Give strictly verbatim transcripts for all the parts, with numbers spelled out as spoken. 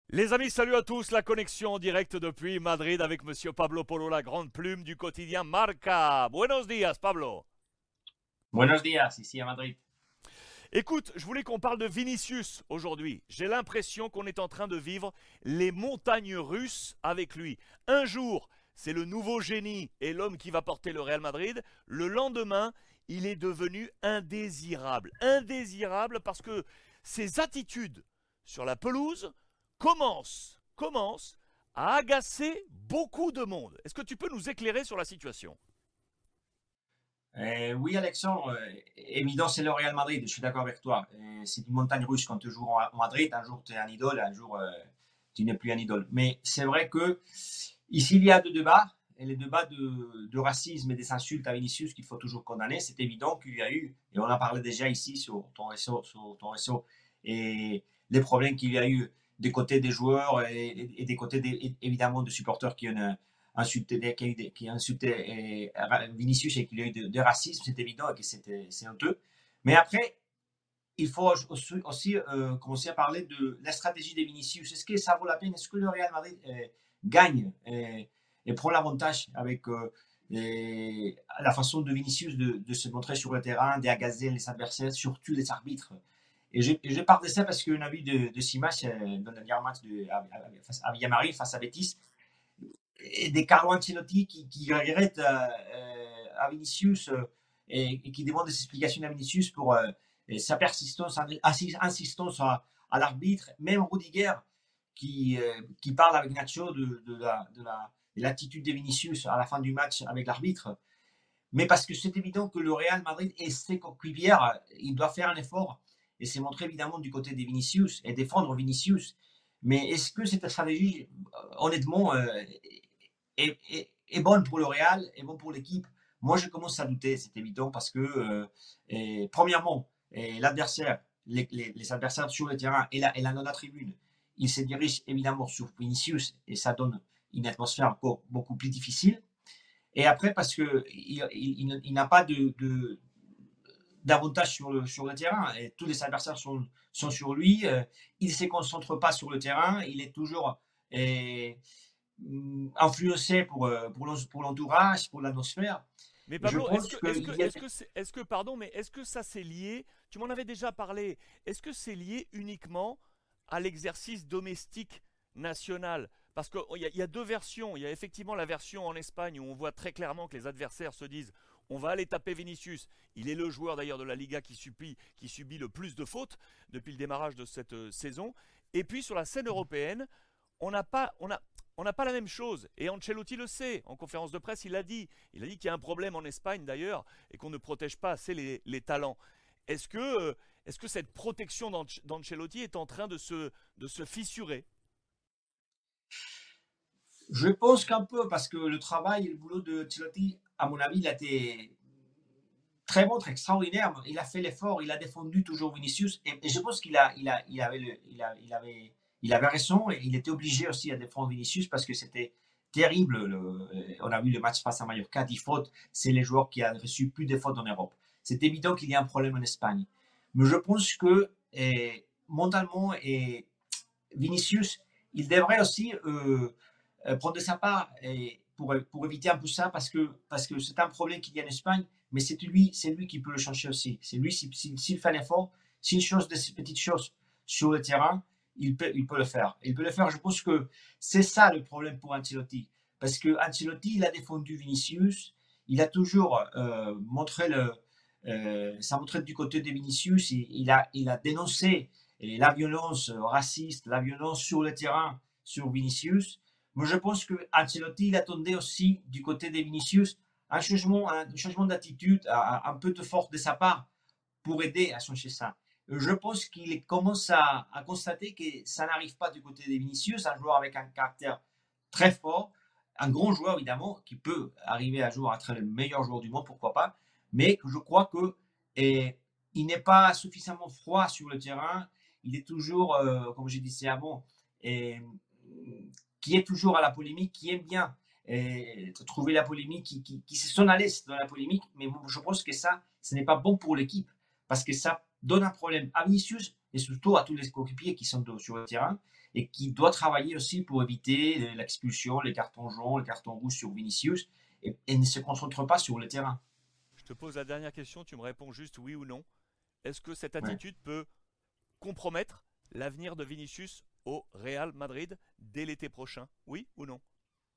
Les amis, salut à tous, la connexion en direct depuis Madrid avec Monsieur Pablo Polo, la grande plume du quotidien Marca. Buenos días, Pablo. Buenos días, ici à Madrid. Écoute, je voulais qu'on parle de Vinicius aujourd'hui. J'ai l'impression qu'on est en train de vivre les montagnes russes avec lui. Un jour, c'est le nouveau génie et l'homme qui va porter le Real Madrid. Le lendemain, il est devenu indésirable. Indésirable parce que ses attitudes sur la pelouse commencent, commencent à agacer beaucoup de monde. Est-ce que tu peux nous éclairer sur la situation? Euh, oui, Alexandre, euh, évident, c'est le Real Madrid, je suis d'accord avec toi. Euh, c'est une montagne russe quand tu joues en Madrid. Un jour, tu es un idole, un jour, euh, tu n'es plus un idole. Mais c'est vrai que ici, il y a deux débats. Et les débats de, de racisme et des insultes à Vinicius qu'il faut toujours condamner. C'est évident qu'il y a eu, et on en parlait déjà ici sur ton réseau, sur ton réseau et les problèmes qu'il y a eu des côtés des joueurs et, et, et des côtés des, évidemment des supporters qui ont insulté, qui, qui insulté euh, Vinicius et qu'il y a eu de, de racisme, c'est évident et que c'était c'est honteux. Mais après, il faut aussi, aussi euh, commencer à parler de la stratégie de Vinicius. Est-ce que ça vaut la peine? Est-ce que le Real Madrid euh, gagne euh, et prend l'avantage avec euh, les, la façon de Vinicius de, de se montrer sur le terrain, d'agacer les adversaires, surtout les arbitres? Et je, et je parle de ça parce qu'on a vu de, de six matchs euh, dans le dernier match de, à, à, face à Villamari face à Betis et des Carlo Ancelotti qui, qui regrettent euh, euh, à Vinicius euh, et, et, qui demandent des explications à Vinicius pour euh, sa persistance, insistance à, à l'arbitre. Même Rudiger qui, euh, qui parle avec Nacho de, de, la, de, la, de l'attitude de Vinicius à la fin du match avec l'arbitre. Mais parce que c'est évident que le Real Madrid et ses coéquipiers, il doit faire un effort et c'est montré évidemment du côté de Vinicius et défendre Vinicius. Mais est-ce que cette stratégie, honnêtement, euh, est, est, est bonne pour le Real, est bonne pour l'équipe? Moi, je commence à douter, c'est évident, parce que, euh, et, premièrement, et l'adversaire, les, les, les, adversaires sur le terrain et la, et la non tribune, ils se dirigent évidemment sur Vinicius et ça donne une atmosphère encore beaucoup plus difficile. Et après, parce qu'il il, il, il n'a pas de, de, d'avantage sur le, sur le terrain. Et tous les adversaires sont, sont sur lui. Euh, il ne se concentre pas sur le terrain. Il est toujours euh, influencé pour, pour l'entourage, pour l'atmosphère. Mais Je Pablo, est-ce pense que, est-ce que, qu'il y a... est-ce que, c'est- est-ce que, pardon, mais est-ce que ça c'est lié? Tu m'en avais déjà parlé. Est-ce que c'est lié uniquement à l'exercice domestique national? Parce qu'il y, a- il y a deux versions. Il y a effectivement la version en Espagne où on voit très clairement que les adversaires se disent on va aller taper Vinicius. Il est le joueur d'ailleurs de la Liga qui subit, qui subit le plus de fautes depuis le démarrage de cette euh, saison. Et puis sur la scène européenne, on n'a pas, on a, on n'a pas la même chose. Et Ancelotti le sait. En conférence de presse, il l'a dit. Il a dit qu'il y a un problème en Espagne d'ailleurs et qu'on ne protège pas assez les, les talents. Est-ce que, euh, est-ce que cette protection d'Ancelotti est en train de se, de se fissurer? Je pense qu'un peu, parce que le travail et le boulot de Ancelotti, à mon avis, il a été très bon, très extraordinaire. Il a fait l'effort, il a défendu toujours Vinicius. Et, et je pense qu'il a, il a, il avait, le, il a, il avait, il avait raison et il était obligé aussi à défendre Vinicius parce que c'était terrible. Le, on a vu le match face à Mallorca, dix fautes. C'est les joueurs qui ont reçu plus de fautes en Europe. C'est évident qu'il y a un problème en Espagne. Mais je pense que eh, mentalement, et Vinicius, il devrait aussi euh, euh, prendre de sa part et pour, pour éviter un peu ça parce que parce que c'est un problème qu'il y a en Espagne, mais c'est lui, c'est lui qui peut le changer aussi. C'est lui, s'il si, si, fait l'effort, s'il chose de ces petites choses sur le terrain, il peut, il peut le faire. Il peut le faire. Je pense que c'est ça le problème pour Ancelotti. Parce que Ancelotti, il a défendu Vinicius, il a toujours euh, montré le, euh, ça montrait du côté de Vinicius, il, il, a, il a dénoncé la violence raciste, la violence sur le terrain sur Vinicius. Mais je pense que Ancelotti il attendait aussi du côté de Vinicius un changement, un changement d'attitude, un, un peu de force de sa part pour aider à changer ça. Je pense qu'il commence à, à constater que ça n'arrive pas du côté de Vinicius, un joueur avec un caractère très fort, un grand joueur évidemment, qui peut arriver à jouer à être le meilleur joueur du monde, pourquoi pas, mais je crois que et, il n'est pas suffisamment froid sur le terrain, il est toujours, euh, comme je disais avant, et, qui est toujours à la polémique, qui aime bien et, trouver la polémique, qui, qui, qui se sent à l'aise dans la polémique, mais je pense que ça, ce n'est pas bon pour l'équipe, parce que ça donne un problème à Vinicius et surtout à tous les coéquipiers qui sont sur le terrain. et qui doit travailler aussi pour éviter l'expulsion, les cartons jaunes, les cartons rouges sur Vinicius et, et ne se concentre pas sur le terrain. Je te pose la dernière question, tu me réponds juste oui ou non. Est-ce que cette Ouais. attitude peut compromettre l'avenir de Vinicius au Real Madrid dès l'été prochain? Oui ou non?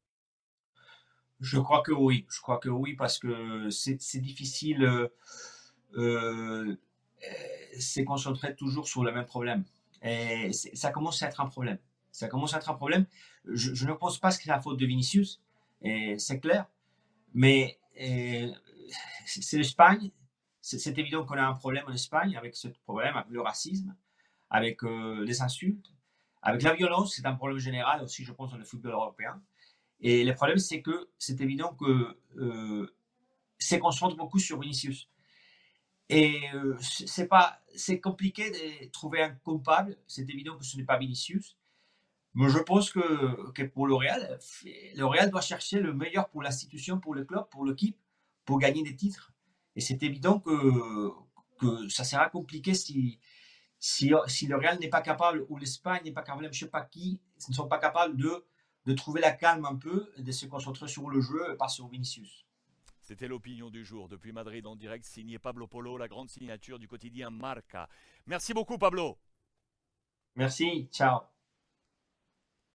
Je crois que oui, je crois que oui parce que c'est c'est difficile. Euh, euh, c'est concentrer toujours sur le même problème. Et ça commence à être un problème. Ça commence à être un problème. Je, je ne pense pas que c'est la faute de Vinicius, et c'est clair, mais euh, c'est l'Espagne. C'est évident qu'on a un problème en Espagne avec ce problème, avec le racisme, avec euh, les insultes, avec la violence. C'est un problème général aussi, je pense, dans le football européen. Et le problème, c'est que c'est évident que euh, c'est concentre beaucoup sur Vinicius. Et euh, c'est pas, c'est compliqué de trouver un coupable. C'est évident que ce n'est pas Vinicius. Mais je pense que, que pour le Real, le Real doit chercher le meilleur pour l'institution, pour le club, pour l'équipe, pour gagner des titres. Et c'est évident que, que ça sera compliqué si, si, si le Real n'est pas capable, ou l'Espagne n'est pas capable, je ne sais pas qui, ne sont pas capables de, de trouver la calme un peu, de se concentrer sur le jeu et pas sur Vinicius. C'était l'opinion du jour depuis Madrid en direct, signé Pablo Polo, la grande signature du quotidien Marca. Merci beaucoup Pablo. Merci, ciao.